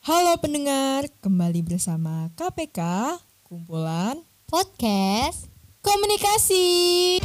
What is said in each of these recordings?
Halo pendengar, kembali bersama KPK, Kumpulan Podcast Komunikasi.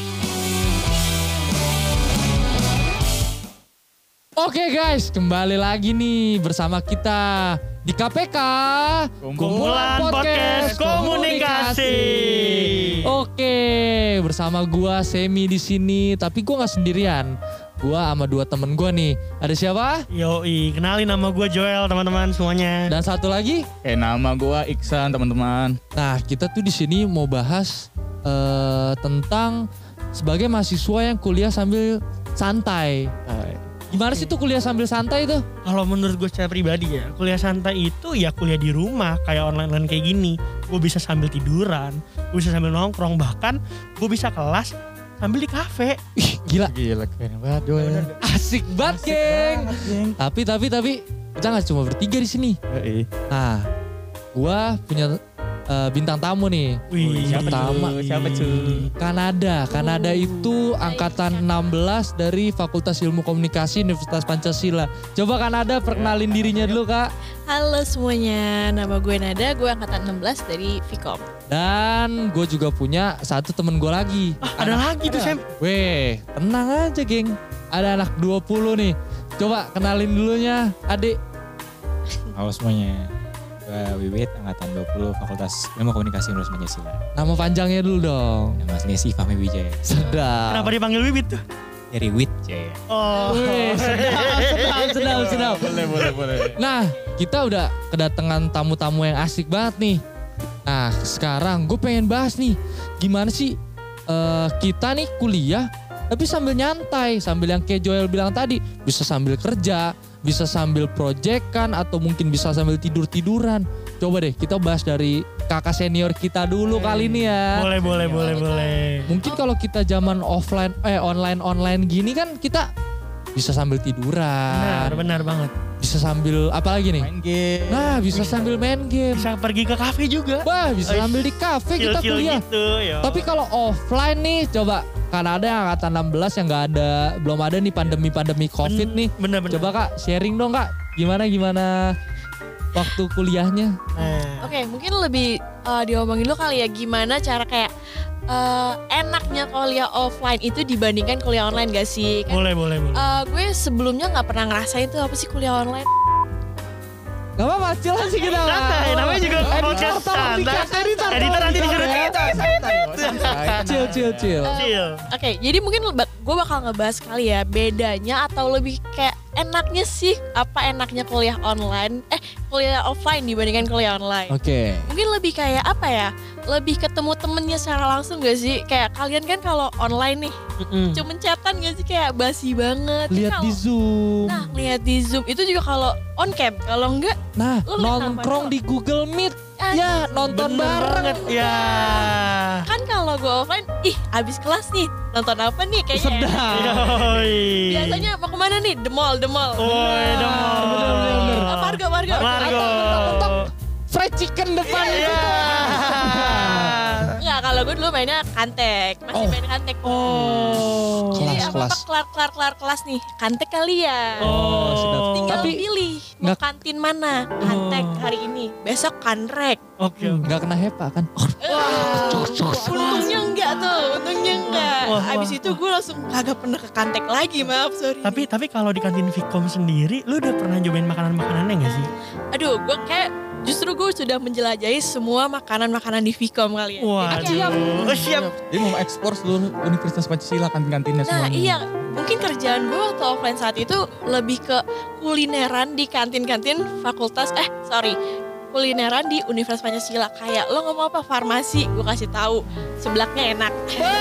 Oke guys, kembali lagi nih bersama kita di KPK Kumpulan Podcast Komunikasi. Oke, bersama gua Semi di sini, tapi gua nggak sendirian. Gua sama dua temen gua nih. Ada siapa? Yoi, kenalin nama gue Joel teman-teman semuanya. Dan satu lagi. Nama gua Iksan teman-teman. Nah, kita tuh di sini mau bahas tentang sebagai mahasiswa yang kuliah sambil santai. Gimana sih tuh kuliah sambil santai tuh? Kalau menurut gue secara pribadi ya, kuliah santai itu ya kuliah di rumah kayak online kayak gini. Gue bisa sambil tiduran, gue bisa sambil nongkrong, bahkan gue bisa kelas sambil di kafe. Ih, gila. Gila keren banget Joel. Asik banget, geng. Tapi kita nggak cuma bertiga di sini. Nah, gua punya bintang tamu nih. Wih, Siapa cuy? Kanada itu angkatan 16 dari Fakultas Ilmu Komunikasi Universitas Pancasila. Coba Kanada perkenalin dirinya dulu, Kak. Halo semuanya, nama gue Nada, gue angkatan 16 dari Vkom. Dan gue juga punya satu temen gue lagi. Ada lagi tuh Sam. Weh, tenang aja, geng. Ada anak 20 nih. Coba kenalin dulunya, adik. Halo semuanya. Gua Wiwit angkatan 20 Fakultas Ilmu Komunikasi Universitas Pancasila. Nama panjangnya dulu dong. Nama aslinya sih Fahmi Wijaya. Sedap. Kenapa dipanggil Wibit tuh? Dari Wit Jaya. Oh, Wih, sedap. Boleh. Nah, kita udah kedatangan tamu-tamu yang asik banget nih. Nah, sekarang gue pengen bahas nih, gimana sih kita nih kuliah tapi sambil nyantai, sambil yang kayak Joel bilang tadi, bisa sambil kerja, bisa sambil proyekan, atau mungkin bisa sambil tidur-tiduran. Coba deh kita bahas dari kakak senior kita dulu kali ini ya. Boleh. Mungkin kalau kita zaman online gini kan kita bisa sambil tiduran. Benar banget. Bisa sambil apa lagi nih? Main game. Nah, bisa sambil main game. Bisa pergi ke kafe juga. Wah, bisa sambil di kafe kita Chill-chill kuliah. gitu, yo. Tapi kalau offline nih, coba kan ada yang angkatan 16 yang nggak ada, belum ada nih pandemi COVID nih. Bener. Coba Kak, sharing dong Kak, gimana waktu kuliahnya? Oke, mungkin lebih diomongin dulu kali ya gimana cara kayak enaknya kuliah offline itu dibandingkan kuliah online gak sih? Kan, Boleh. gue sebelumnya gak pernah ngerasain tuh apa sih kuliah online. Gak apa-apa, chill aja kita. Santai, namanya juga podcast santai. Editor nanti disuruh Chill. Oke, jadi mungkin gue bakal ngebahas kali ya bedanya atau lebih kayak enaknya sih apa enaknya kuliah offline dibandingkan kuliah online. Oke. Mungkin lebih kayak apa ya? Lebih ketemu temennya secara langsung gak sih? Kayak kalian kan kalau online nih cuman chatan gak sih, kayak basi banget. Lihat di Zoom. Nah, lihat di Zoom itu juga kalau on cam, kalau enggak Nah, lu lihat nongkrong apa? di Google Meet. Ya, nonton bareng. Ya. kan kalau gue offline, abis kelas nih nonton apa nih kayaknya. Sedap. Yoi. Biasanya mau kemana nih? The mall. Woi, Bener. Margo. Mentok fried chicken depan itu. Enggak, kalau gue dulu mainnya kantek. Masih main kantek. Jadi Kelas. kelar kelas nih, kantek kali ya. Sedap. Tinggal Tapi pilih mau kantin mana. Kantek hari ini, besok kanrek. Oke. nggak kena HEPA kan? Untungnya enggak. Wah. Abis itu gue langsung kagak pernah ke kantek lagi, maaf sorry. Tapi kalau di kantin Vkom sendiri, lu udah pernah nyobain makanan-makanannya gak sih? Aduh, gue kayak justru gue sudah menjelajahi semua makanan-makanan di Vkom kali ya. Waduh. Oh, siap. Dia mau eksplor seluruh Universitas Pancasila kantin-kantinnya Nah semuanya. iya, mungkin kerjaan gue waktu offline saat itu lebih ke kulineran di kantin-kantin kulineran di Universitas Pancasila. Kayak lo ngomong apa, farmasi, gue kasih tahu seblaknya enak.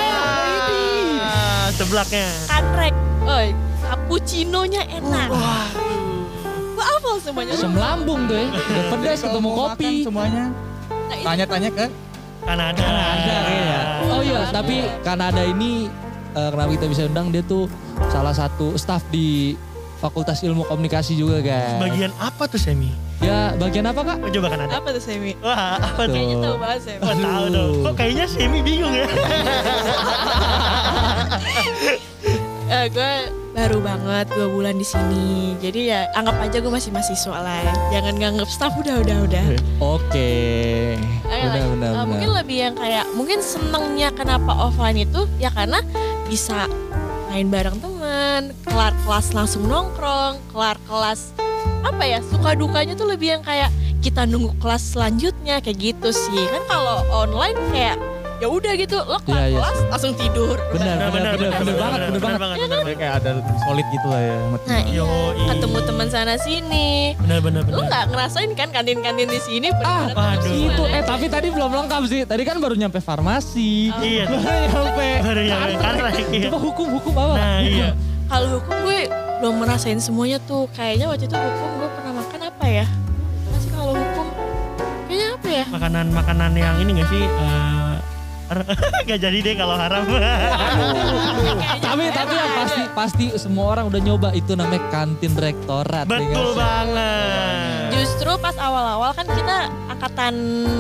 Seblaknya. Kanrek, cappuccino-nya enak. Gue hafal semuanya. Asam lambung tuh ya. Udah pedas Kalau ketemu mau kopi. makan semuanya. Nah, itu Tanya-tanya ke Kanada. Oh iya, tapi Kanada ini kenapa kita bisa undang, dia tuh salah satu staff di Fakultas Ilmu Komunikasi juga guys. Bagian apa tuh Semi? Ya bagian apa Kak? Oh, coba Kanada. apa tuh Semi? Wah, apa tuh? Kayaknya tahu banget Semi. Oh, tahu dong. Kok kayaknya Semi bingung ya? Gue baru banget 2 bulan di sini. Jadi ya anggap aja gue masih mahasiswa lah. Jangan nganggep staff udah. Oke. Benar. Mungkin lebih yang kayak mungkin senengnya kenapa offline itu ya karena bisa main bareng teman, kelar kelas langsung nongkrong, kelar kelas apa ya suka dukanya tuh lebih yang kayak kita nunggu kelas selanjutnya kayak gitu sih. Kan kalau online kayak ya udah gitu lo kelar kelas langsung tidur. Benar banget. Kayak ada solid gitu lah ya. Nah iya, ketemu teman sana sini. Benar. Lo nggak ngerasain kan kantin-kantin di sini? Itu tapi tadi belum lengkap sih. Tadi kan baru nyampe farmasi. Iya. Baru nyampe. Coba hukum apa? Nah iya. Kalau hukum gue belum merasain semuanya tuh. Kayaknya waktu itu hukum gue pernah makan apa ya? Masih kalau hukum kayaknya apa ya? Makanan yang ini gak sih? Gak jadi deh kalau haram. Tapi yang pasti semua orang udah nyoba itu namanya kantin rektorat. Betul banget. Justru pas awal-awal kan kita angkatan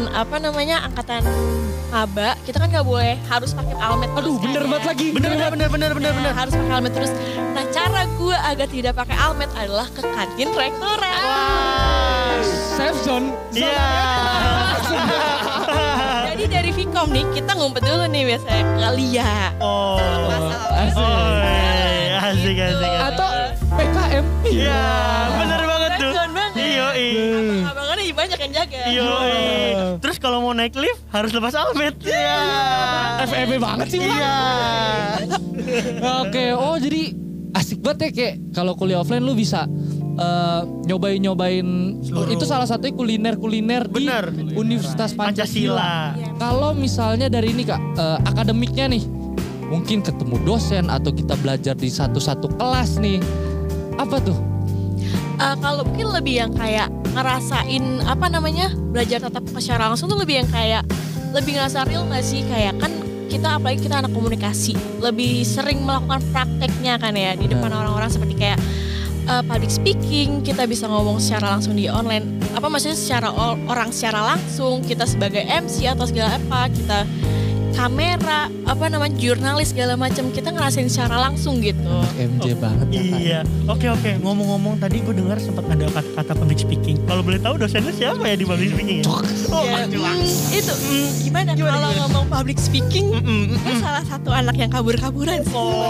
maba, kita kan nggak boleh harus pakai almet. Aduh, bener banget lagi. Bener. Harus pakai almet terus. Nah cara gue agar tidak pakai almet adalah ke kantin rektorat. Safe zone. Iya. Jadi dari Vkom nih kita ngumpet dulu nih biasanya ke Lia. Oh. Asik. Atau PKM. Iya, bener banget tuh. Iya. Abangannya banyak yang jaga. Iya. Terus kalau mau naik lift harus lepas almet. Iya. FEB banget sih. Iya. Oke, jadi asik banget ya kayak kalau kuliah offline lu bisa nyobain itu salah satunya kuliner di Universitas Pancasila. Kalau misalnya dari ini Kak, akademiknya nih, mungkin ketemu dosen atau kita belajar di satu kelas nih, apa tuh? Kalau mungkin lebih yang kayak ngerasain belajar tatap muka secara langsung tuh lebih yang kayak lebih ngerasa real nggak sih, kayak kan kita apalagi kita anak komunikasi lebih sering melakukan prakteknya kan ya di depan orang-orang seperti kayak public speaking, kita bisa ngomong secara langsung di online. Maksudnya secara orang secara langsung, kita sebagai MC atau segala apa, kita kamera, jurnalis segala macam, kita ngerasain secara langsung gitu. MJ banget ya. Iya. Oke. Ngomong-ngomong tadi gue dengar sempat ada kata public speaking. Kalau boleh tahu dosennya siapa ya di public speaking? Itu gimana kalau ngomong public speaking? Gue salah satu anak yang kabur-kaburan.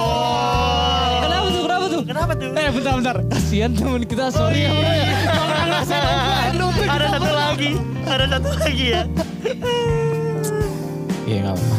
Kenapa tuh? Bentar. Kasihan teman kita, sorry ya bro ya. Ada satu lagi ya. Iya gak apa-apa.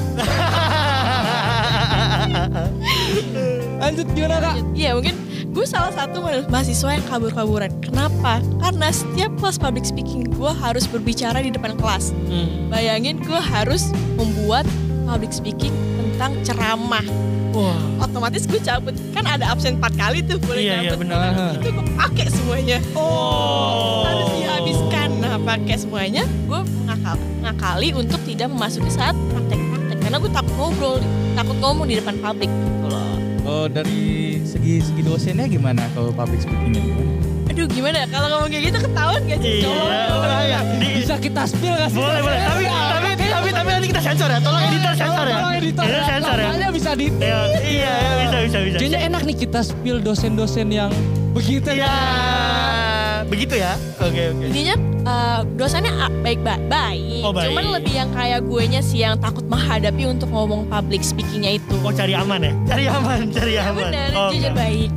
Lanjut gimana Kak? Iya mungkin gue salah satu mahasiswa yang kabur-kaburan. Kenapa? Karena setiap kelas public speaking gue harus berbicara di depan kelas. Bayangin gue harus membuat public speaking tentang ceramah. Wah. Otomatis gue cabut. Kan ada absen 4 kali tuh boleh cabut. Iya benar. Itu gue pakai semuanya. Harus dihabiskan. Nah pakai semuanya gue ngakali untuk tidak memasuki saat praktek-praktek. Karena gue takut ngomong di depan publik gitu loh. Oh dari segi dosennya gimana kalau public speakingnya gimana? Aduh gimana kalau ngomong kayak gitu ketahuan gak sih? Iya. Bisa kita spill gak sih? Boleh. Tapi nanti kita sensor ya. Tolong editor sensor ya. Tolong editor ya. Sensor ya. Namanya bisa di. Iya, bisa. Kayaknya enak nih kita spill dosen-dosen yang begitu ya. Begitu ya. Oke. Intinya dosennya baik. Oh, baik. Cuman lebih yang kayak guenya sih yang takut menghadapi untuk ngomong public speakingnya itu. Oh cari aman ya? Cari aman. Ya benar, jujur baik.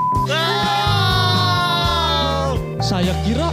Wow. Saya kira.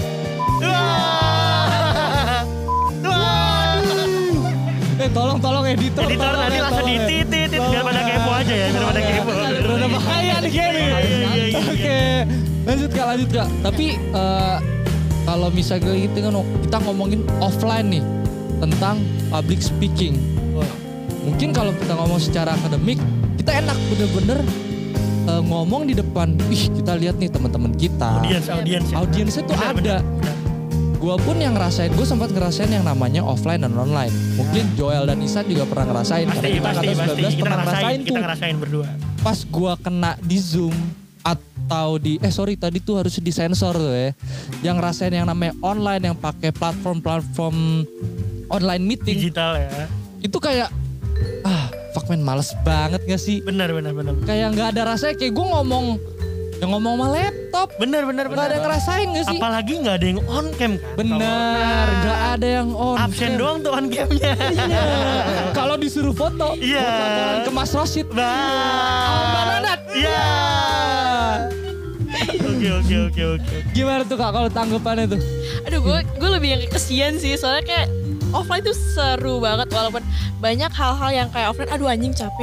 Tolong editor. Editor nanti langsung dititit biar pada kepo aja ya, biar pada kepo. Udah bahaya nih game. Iya. Oke. Lanjut Kak. Tapi kalau misalnya kita ngomongin offline nih tentang public speaking. Mungkin kalau kita ngomong secara akademik, kita enak bener-bener ngomong di depan. Kita lihat nih teman-teman kita. Audiensnya tuh ada. Gue pun yang ngerasain, gue sempat ngerasain yang namanya offline dan online. Mungkin Joel dan Isan juga pernah ngerasain. Pasti. Pernah ngerasain tuh. Kita ngerasain berdua. Pas gue kena di Zoom atau tadi tuh harus disensor tuh ya. Yang ngerasain yang namanya online, yang pakai platform online meeting. Digital ya. Itu kayak, fuck man, males banget gak sih? Benar. Kayak gak ada rasanya, kayak gue ngomong Yang ngomong sama laptop. Bener. Gak ada yang ngerasain gak sih? Apalagi nggak ada yang on cam kan. Bener, gak ada yang on. Absen doang tuh on camnya. Kalau disuruh foto, Iya. laporan ke Mas Rosid. Mbak Nanat. Iya. Oke. Gimana tuh Kak kalau tanggapannya tuh? Aduh, gue lebih yang kesian sih, soalnya kayak offline tuh seru banget walaupun banyak hal-hal yang kayak offline, aduh anjing capek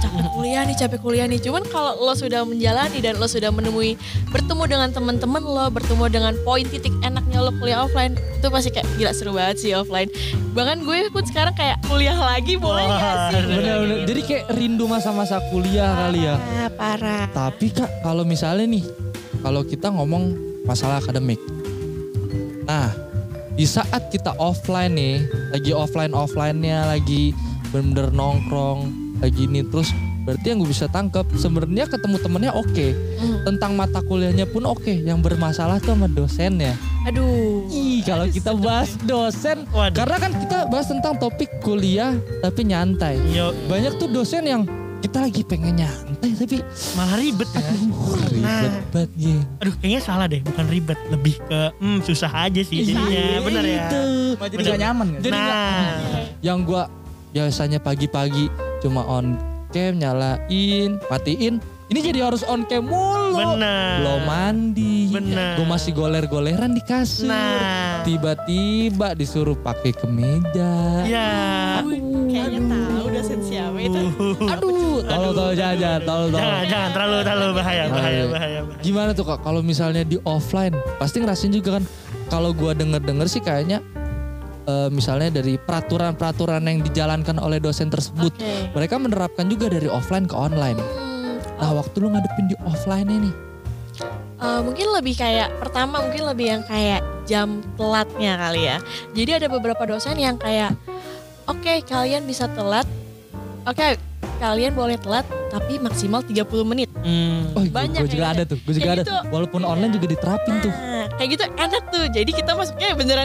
kuliah nih. Cuman kalau lo sudah menjalani dan lo sudah bertemu dengan teman-teman lo, bertemu dengan poin titik enaknya lo kuliah offline, itu pasti kayak gila seru banget sih offline. Bahkan gue pun sekarang kayak kuliah lagi boleh gak sih? Bener-bener. Jadi kayak rindu masa-masa kuliah kali ya. Parah. Tapi Kak kalau misalnya nih, kalau kita ngomong masalah akademik. Nah, di saat kita offline nih, lagi offline-nya, lagi bener-bener nongkrong, lagi ini terus, berarti yang gue bisa tangkap sebenarnya ketemu temennya oke. Tentang mata kuliahnya pun oke. Yang bermasalah tuh sama dosennya. Aduh. Kalau kita bahas dosen, Waduh. karena kan kita bahas tentang topik kuliah tapi nyantai. Yo, Banyak tuh dosen yang kita lagi pengen nyantai tapi malah ribet ya. ribet banget ya. Aduh, kayaknya salah deh, bukan ribet, lebih ke susah aja sih jadinya. Bener ya. Itu. Jadi gak nyaman gak? Jadi yang gua biasanya pagi-pagi cuma on cam, nyalain, matiin. Ini jadi harus on cam mulu. Bener. Belum mandi. Bener. Gue masih goler-goleran di kasur. Nah. Tiba-tiba disuruh pakai kemeja. Ya. Kayaknya tahu dosen siapa itu. Aduh, tolong jangan. Jangan terlalu bahaya. Gimana tuh Kak kalau misalnya di offline? Pasti ngerasain juga kan. Kalau gua denger sih kayaknya misalnya dari peraturan-peraturan yang dijalankan oleh dosen tersebut, Oke. mereka menerapkan juga dari offline ke online. Nah, waktu lu ngadepin di offline ini, Mungkin lebih kayak pertama mungkin lebih yang kayak jam telatnya kali ya. Jadi ada beberapa dosen yang kayak oke, kalian bisa telat. Oke, kalian boleh telat tapi maksimal 30 menit. oh Banyak gue juga yang ada tuh, gue juga kayak ada. gitu. Walaupun online juga diterapin tuh. Nah, kayak gitu enak tuh. Jadi kita masuknya beneran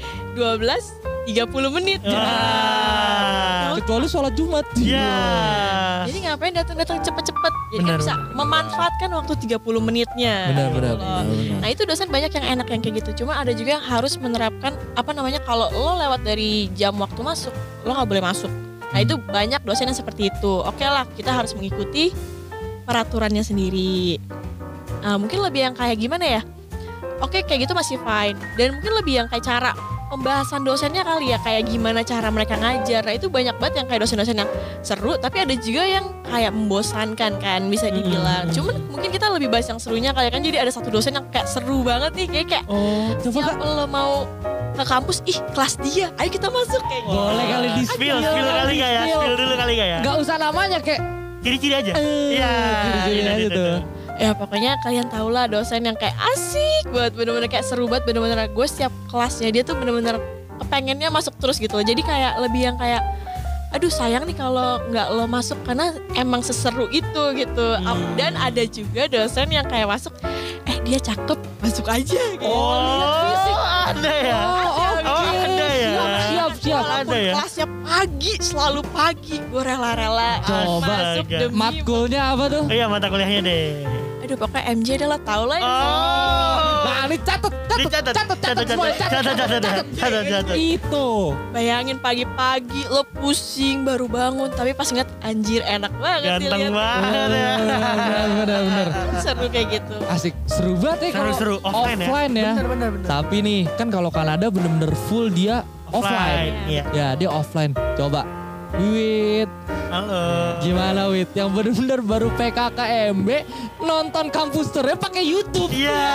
12-30 menit. Kecuali sholat Jumat. Ya. Jadi ngapain datang-datang cepet-cepet. Jadi Benar, kan bisa memanfaatkan waktu 30 menitnya. Benar. Gitu loh. Nah itu dosen banyak yang enak yang kayak gitu. Cuma ada juga yang harus menerapkan kalau lo lewat dari jam waktu masuk, lo nggak boleh masuk. Nah itu banyak dosen yang seperti itu. Oke lah, kita harus mengikuti peraturannya sendiri. Mungkin lebih yang kayak gimana ya? Oke, kayak gitu masih fine. Dan mungkin lebih yang kayak cara pembahasan dosennya kali ya, kayak gimana cara mereka ngajar. Nah itu banyak banget yang kayak dosen-dosen yang seru, tapi ada juga yang kayak membosankan kan bisa dibilang. Cuman mungkin kita lebih bahas yang serunya kali kan. Jadi ada satu dosen yang kayak seru banget nih, kayak siapa lo mau ke kampus, kelas dia, ayo kita masuk kayak gitu. Boleh kali di Spill kali gak ya? Spill dulu kali gak ya? Gak usah namanya kayak Ciri-ciri aja. Iya. ciri-ciri aja gitu. tuh. Ya pokoknya kalian tau lah dosen yang kayak asik buat bener-bener kayak seru banget, bener-bener gue setiap kelasnya dia tuh bener-bener kepengennya masuk terus gitu loh. Jadi kayak lebih yang kayak aduh sayang nih kalau nggak lo masuk karena emang seseru itu gitu. Dan ada juga dosen yang kayak masuk dia cakep masuk aja gitu. Ada ya? Ada ya? Siap. Walaupun Ada ya? kelasnya pagi, selalu pagi, gue rela-rela Coba. masuk Astaga. demi Matkulnya apa tuh? Iya, mata kuliahnya deh. aduh pokoknya MJ adalah tau lah. Nah ini catat semua, Catat. Itu. Bayangin pagi-pagi lo pusing baru bangun, tapi pas ngeliat anjir enak banget Ganteng dilihat. banget ya. Bener. Seru kayak gitu. Asik, seru banget ya kalau Seru. Offline ya? ya. Bener. Tapi nih kan kalau Kanada bener-bener full dia offline. Iya. Ya dia offline. Coba Wit, Halo. gimana Wit? Yang bener-bener baru PKKMB nonton kampus tournya pakai YouTube. Iya.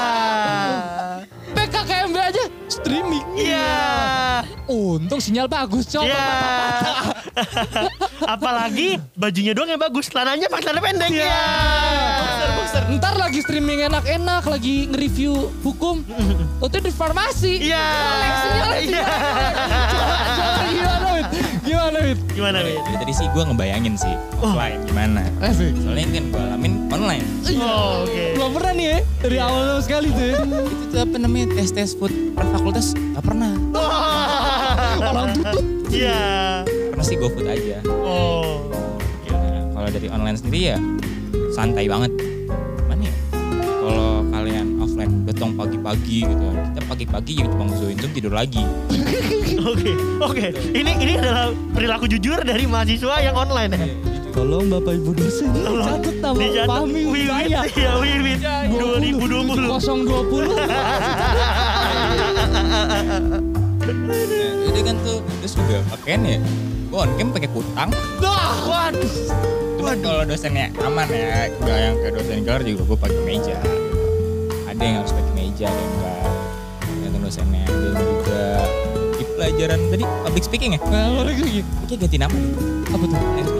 PKKMB aja streaming. Iya. Untung sinyal bagus, coba. Iya. Apalagi bajunya doang yang bagus, celananya pakai celana pendek. Iya. Boxer. Ntar lagi streaming enak-enak, lagi nge-review hukum. Itu di farmasi. Iya. Iya. Gimana Wit? Dari tadi sih gue ngebayangin sih offline gimana. Asik. Soalnya kan gue alamin online. Oh, oke. Belum pernah nih ya, dari awal sama sekali tuh ya. Itu tuh apa namanya tes food per fakultas gak pernah. Orang tutut. Iya. Pernah sih GoFood aja. Oh. Ya, kalau dari online sendiri ya santai banget. Gimana ya? datang pagi-pagi gitu kan. Kita pagi-pagi ya cuma ngezoin Zoom tidur lagi. Oke. Ini adalah perilaku jujur dari mahasiswa yang online ya. Tolong Bapak Ibu dosen catat nama Fahmi Wijaya. Iya, Wiwit 2020. 020. Nah, itu kan tuh terus juga pakaian ya. Gue on cam pakai kutang. Waduh. Cuman kalau dosennya aman ya, gak yang kayak dosen gelar juga gue pakai meja. Gitu. Ada yang harus pakai meja, ada yang enggak. Tergantung dosennya. Dan juga di pelajaran tadi public speaking ya. Oke, ganti nama. Apa tuh?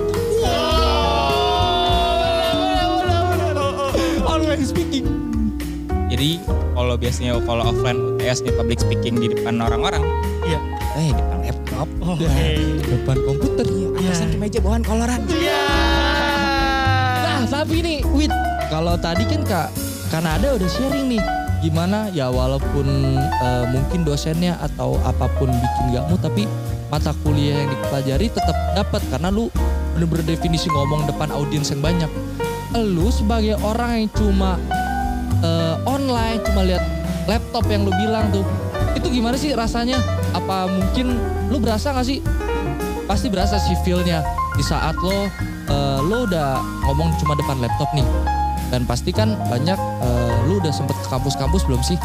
Online speaking. Jadi kalau biasanya kalau offline UTS nih public speaking di depan orang-orang, Iya. di depan laptop, Oke. Depan komputer. atasan ke meja bawahan koloran. Iya. Nah, tapi nih, Wit, kalau tadi kan karena ada udah sharing nih, gimana ya walaupun mungkin dosennya atau apapun bikin gak mood, tapi mata kuliah yang dipelajari tetap dapat karena lu bener-bener definisi ngomong depan audiens yang banyak. Lu sebagai orang yang cuma online, cuma lihat laptop yang lu bilang tuh, itu gimana sih rasanya? Apa mungkin lu berasa gak sih? Pasti berasa sih feel-nya di saat lo udah ngomong cuma depan laptop nih. Dan pasti kan banyak lu udah sempet ke kampus-kampus belum sih?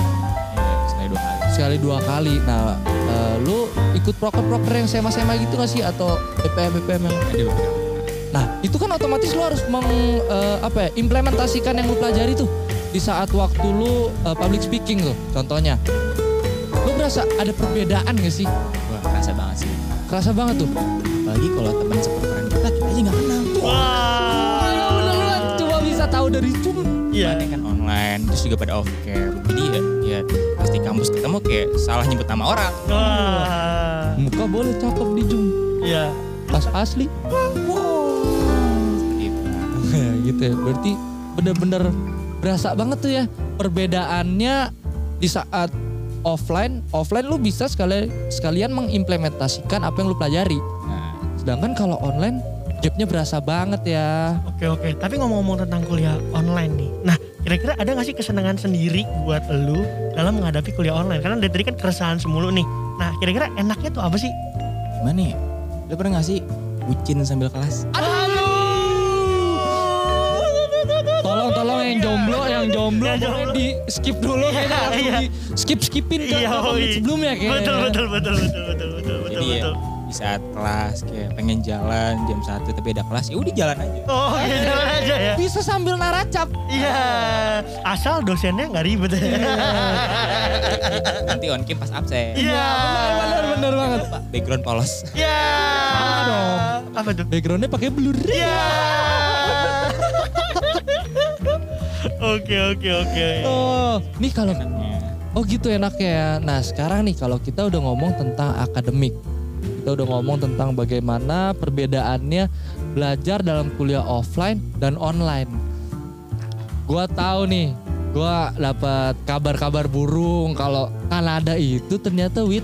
Sekali dua kali. Nah, lu ikut proker-proker yang sema-sema gitu gak sih? Atau BPM yang Ada beberapa. Nah, itu kan otomatis lu harus implementasikan yang lu pelajari tuh di saat waktu lu public speaking tuh. Contohnya, lu berasa ada perbedaan gak sih? Wah, kerasa banget sih. Kerasa banget tuh. Apalagi kalau teman seperti kita aja nggak kenal. Bener-bener cuma bisa tahu dari Zoom. Iya. Ini kan online, terus juga pada off cam. Jadi ya pasti kampus ketemu kayak salah nyebut nama orang. Wah. Muka boleh cakep di Zoom. Iya. Pas asli. Seperti itu. Gitu ya. Berarti bener-bener berasa banget tuh ya perbedaannya di saat offline lu bisa sekalian mengimplementasikan apa yang lu pelajari. Nah, Sedangkan kalau online gapnya berasa banget ya. Oke. Tapi ngomong-ngomong tentang kuliah online nih. Nah, kira-kira ada gak sih kesenangan sendiri buat lu dalam menghadapi kuliah online? Karena dari tadi kan keresahan semulu nih. Nah, kira-kira enaknya tuh apa sih? gimana ya? Lu pernah gak sih bucin sambil kelas? Tolong yang jomblo boleh di skip dulu kayaknya langsung Iya. di skipin ke menit sebelumnya kayaknya. Betul. Jadi ya di saat kelas kayak pengen jalan jam 1 tapi ada kelas, ya udah jalan aja. Oh, jalan aja ya. Bisa sambil naracap. Iya. Asal dosennya nggak ribet. Nanti on cam pas absen. Iya. Bener banget. Background polos. Iya. Salah dong. Apa tuh? Backgroundnya pakai blur. Iya. Oke. Oh, nih kalau Enaknya. oh gitu enaknya. Nah sekarang nih kalau kita udah ngomong tentang akademik, kita udah ngomong tentang bagaimana perbedaannya belajar dalam kuliah offline dan online. Gua tahu nih, gua dapat kabar-kabar burung kalau Kanada itu ternyata Wit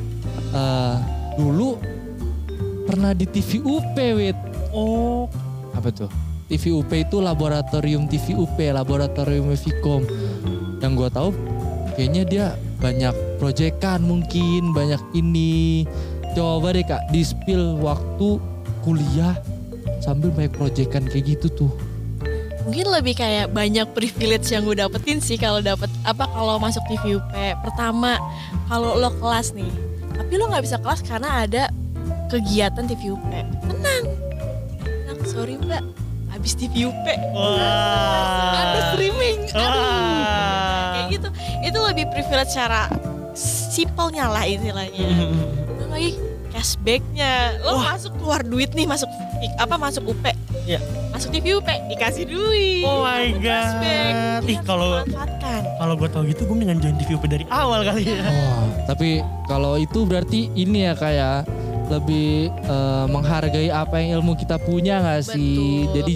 dulu pernah di TV UP Wit. Oh. Apa tuh? TV UP itu laboratorium TV UP, laboratorium Vcom. Yang gue tahu kayaknya dia banyak proyekan mungkin, banyak ini. Coba deh Kak, di-spill waktu kuliah sambil banyak proyekan kayak gitu tuh. Mungkin lebih kayak banyak privilege yang gue dapetin sih kalau kalau masuk TV UP. Pertama, kalau lo kelas nih, tapi lo nggak bisa kelas karena ada kegiatan TV UP. Tenang, sorry mbak, habis TV UP. Wah. Ada streaming. Wah. Kayak gitu. Itu lebih privilege secara simpelnya lah istilahnya. Belum lagi cashbacknya. Lo masuk keluar duit nih, masuk UP. Iya. Masuk TV UP dikasih duit. Oh my Cashback. god. Ih, Harus kalau dimanfaatkan. gue tahu gitu gue mendingan join TV UP dari awal kali ya. Oh, tapi kalau itu berarti ini ya kayak lebih menghargai apa yang ilmu kita punya nggak sih? Betul. Jadi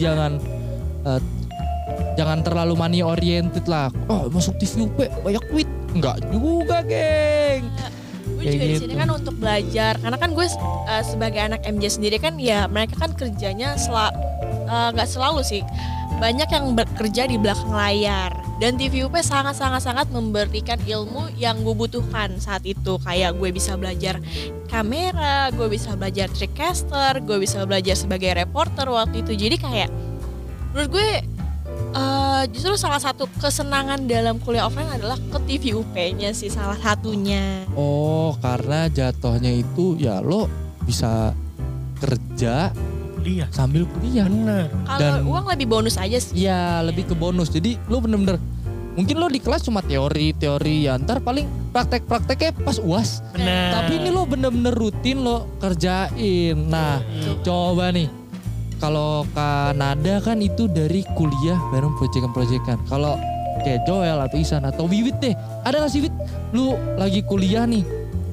jangan terlalu money oriented lah. Oh masuk TV UP banyak duit. Enggak juga geng. Gue Kayak juga di gitu. sini kan untuk belajar. Karena kan gue sebagai anak MJ sendiri kan ya mereka kan kerjanya nggak selalu sih. Banyak yang bekerja di belakang layar Dan TVUP sangat memberikan ilmu yang gue butuhkan saat itu. Kayak gue bisa belajar kamera, gue bisa belajar trickcaster, gue bisa belajar sebagai reporter waktu itu. Jadi kayak menurut gue justru salah satu kesenangan dalam kuliah offline adalah ke TVUP-nya sih salah satunya. Oh, karena jatuhnya itu ya lo bisa kerja Kuliah. sambil kuliah. Bener. Kalau Dan- uang lebih bonus aja sih. Iya, lebih ke bonus. Jadi lo bener-bener mungkin lo di kelas cuma teori ya, ntar paling prakteknya pas UAS. Bener. Tapi ini lo bener-bener rutin lo kerjain. Nah, coba nih. Kalau Kanada kan itu dari kuliah bareng proyekan-proyekan. Kalau kayak Joel atau Isan atau Wiwit deh. Ada gak sih Wit? Lu lagi kuliah nih.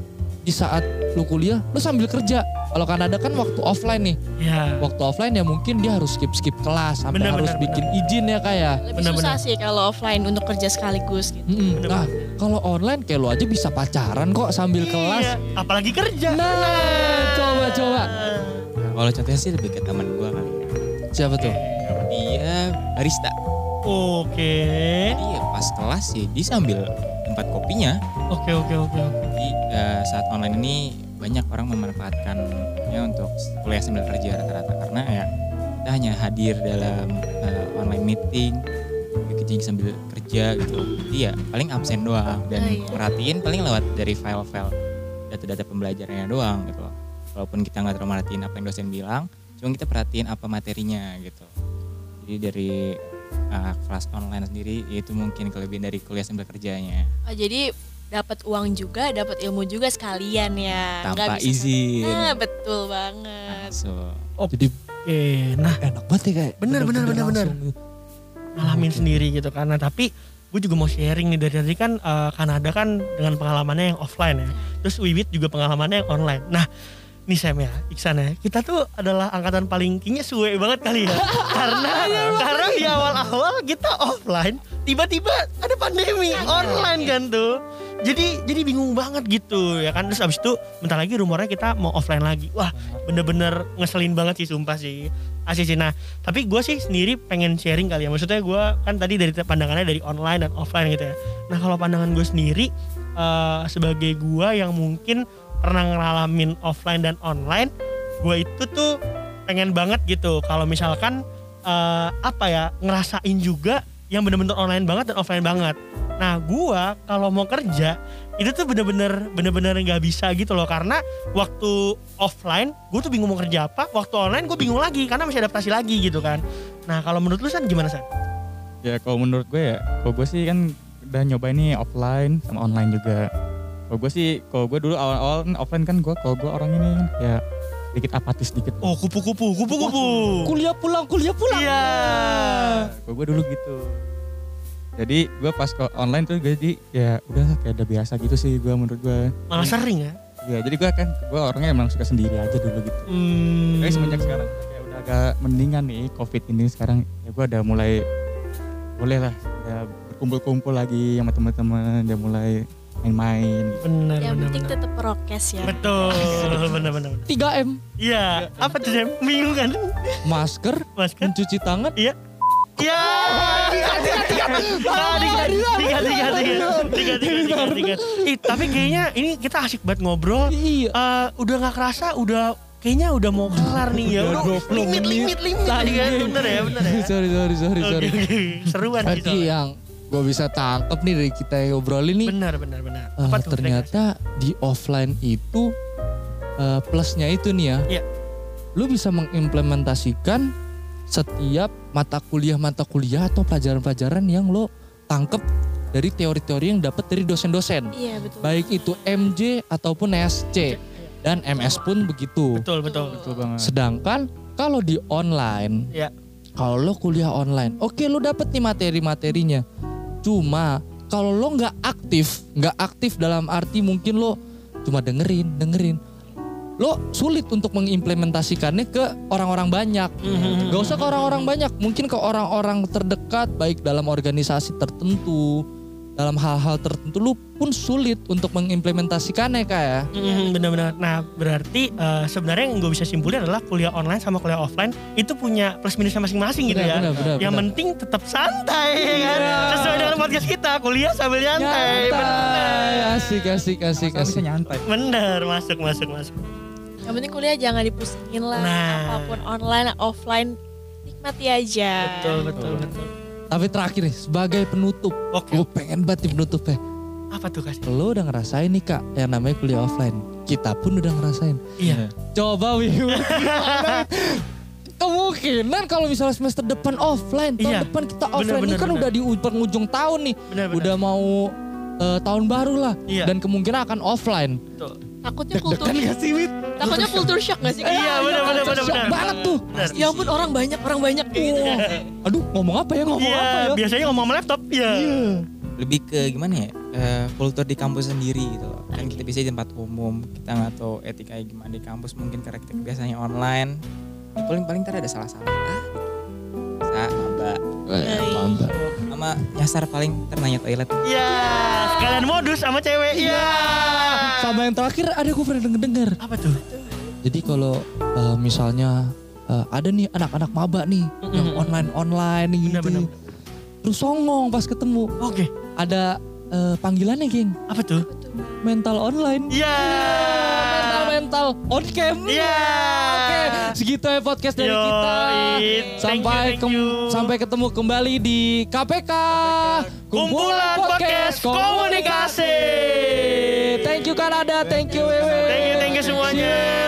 Di saat lu kuliah, lu sambil kerja. Kalau Kanada kan waktu offline nih. Ya. Waktu offline ya mungkin dia harus skip kelas. Sampai Bener, harus bener, bikin izin ya kayak. Lebih susah sih kalau offline untuk kerja sekaligus gitu. Nah, kalau online kayak lu aja bisa pacaran kok sambil kelas. Iya, apalagi kerja. Nah, coba. Kalau contohnya sih lebih ke teman gue kali ya. Siapa tuh? Dia barista. Oke. Jadi ya pas kelas sih dia sambil tempat kopinya. Oke. Jadi saat online ini banyak orang memanfaatkannya untuk kuliah sambil kerja rata-rata. Karena ya kita hanya hadir dalam online meeting, kerja sambil kerja gitu. Jadi ya paling absen doang dan Iya. merhatiin paling lewat dari file-file data-data pembelajarannya doang gitu loh. Walaupun kita nggak terlalu merhatiin apa yang dosen bilang, cuma kita perhatiin apa materinya gitu. Jadi dari kelas online sendiri itu mungkin kelebihan dari kuliah sambil kerjanya. Oh, jadi dapat uang juga, dapat ilmu juga sekalian ya. Tanpa Nggak bisa- izin. Nah, betul banget. So, Jadi Oke. Nah, enak banget ya kayak. Bener. langsung. ngalamin sendiri gitu kan. Nah, tapi gue juga mau sharing nih dari tadi kan Kanada kan dengan pengalamannya yang offline ya. Terus Wiwit juga pengalamannya yang online. Nah, nih Sam ya, Iksan ya, kita tuh adalah angkatan paling kayaknya suwe banget kali ya. karena di awal-awal kita offline, tiba-tiba ada pandemi online kan tuh. Jadi bingung banget gitu ya kan. Terus abis itu bentar lagi rumornya kita mau offline lagi. Wah, bener-bener ngeselin banget sih sumpah sih. Asli sih. Nah, tapi gue sih sendiri pengen sharing kali ya. Maksudnya gue kan tadi dari pandangannya dari online dan offline gitu ya. Nah, kalau pandangan gue sendiri sebagai gue yang mungkin pernah ngalamin offline dan online, gue itu tuh pengen banget gitu kalau misalkan ngerasain juga yang bener-bener online banget dan offline banget. Nah, gue kalau mau kerja itu tuh bener-bener nggak bisa gitu loh, karena waktu offline gue tuh bingung mau kerja apa, waktu online gue bingung lagi karena masih adaptasi lagi gitu kan. Nah, kalau menurut lu San gimana San? Ya kalau menurut gue kalau gue sih kan udah nyobain nih offline sama online juga. Kalau gue dulu awal-awal offline kan kalau gue orang ini kan ya dikit apatis dikit. Oh, kupu-kupu. Kuliah pulang. Iya. Kalau gue dulu gitu. Jadi gue pas online tuh jadi ya udah kayak udah biasa gitu sih gue menurut gue. Malah sering ya. Ya jadi gue orangnya emang suka sendiri aja dulu gitu. Tapi semenjak sekarang kayak udah agak mendingan nih COVID ini sekarang ya gue udah mulai boleh lah ya berkumpul-kumpul lagi sama teman-teman, udah mulai main-main. Bener. Yang penting tetap prokes ya. Betul, bener. 3M. Iya, apa tuh Sam? Bingung kan? Masker, Masker? mencuci tangan. Iya. Iya. Tiga. Tapi kayaknya ini kita asik banget ngobrol. Iya. Udah nggak kerasa, kayaknya udah mau kelar nih ya. Udah limit tadi kan. Bener ya. Sorry. Oke. Seruan sih. Berarti yang gue bisa tangkep nih dari kita yang ngobrolin nih. Benar. Apa tuh? Ternyata di offline itu plusnya itu nih ya. Iya. Lu bisa mengimplementasikan setiap mata kuliah atau pelajaran-pelajaran yang lo tangkep dari teori-teori yang dapat dari dosen-dosen. Iya, betul. Baik itu MJ ataupun SC dan MS pun begitu. Betul. Betul banget. Sedangkan kalau di online, Iya. kalau lo kuliah online, oke lo dapet nih materi-materinya. Cuma kalau lo nggak aktif dalam arti mungkin lo cuma dengerin, lo sulit untuk mengimplementasikannya ke orang-orang banyak. Gak usah ke orang-orang banyak, mungkin ke orang-orang terdekat, baik dalam organisasi tertentu, dalam hal-hal tertentu lu pun sulit untuk mengimplementasikannya Kak ya. Benar-benar. Nah berarti sebenarnya yang gue bisa simpulin adalah kuliah online sama kuliah offline itu punya plus minusnya masing-masing gitu ya. Benar, yang penting tetap santai kan. Sesuai dengan podcast kita, kuliah sambil nyantai. Asik. Bisa nyantai. Bener, masuk. Yang penting kuliah jangan dipusingin lah. Nah. Apapun online, offline, nikmati aja. Betul. Tapi terakhir nih sebagai penutup, Oke. gue pengen banget di penutupnya. Apa tuh kasih? Lo udah ngerasain nih Kak yang namanya kuliah offline. Kita pun udah ngerasain. Iya. Coba Wiyu. Kemungkinan kalau misalnya semester depan offline, Iya. tahun depan kita offline. Ini kan Bener. udah di penghujung tahun nih. Bener. Udah mau tahun baru lah. Iya. Dan kemungkinan akan offline. Betul. Takutnya kultur Deg-degan gak sih Wit? takutnya culture shock gak sih? Iya, bener. Shock banget tuh. Ya ampun orang banyak gitu. Aduh ngomong apa ya apa Iya, ya. biasanya ngomong sama laptop ya. Lebih ke gimana ya, kultur di kampus sendiri gitu loh. Kan kita bisa di tempat umum, kita nggak tahu etikanya gimana di kampus, mungkin karena kita biasanya online. Ya, paling ntar ada salah-salah gitu. Bisa maba sama nyasar paling ntar nanya toilet. Iya, sekalian modus sama cewek. Iya. Sama yang terakhir ada gue pernah denger. Apa tuh? Jadi kalau misalnya ada nih anak-anak maba nih yang online gitu. Bener. Terus songong pas ketemu. Oke. Ada panggilannya geng. Apa tuh? Mental online. Iya. Mental on cam. Iya. Oke, segitu ya podcast dari Yoi. kita. Thank you. Sampai ketemu kembali di KPK. Kumpulan Podcast Komunikasi. Thank you Kanada, thank you Wewe. Thank you semuanya.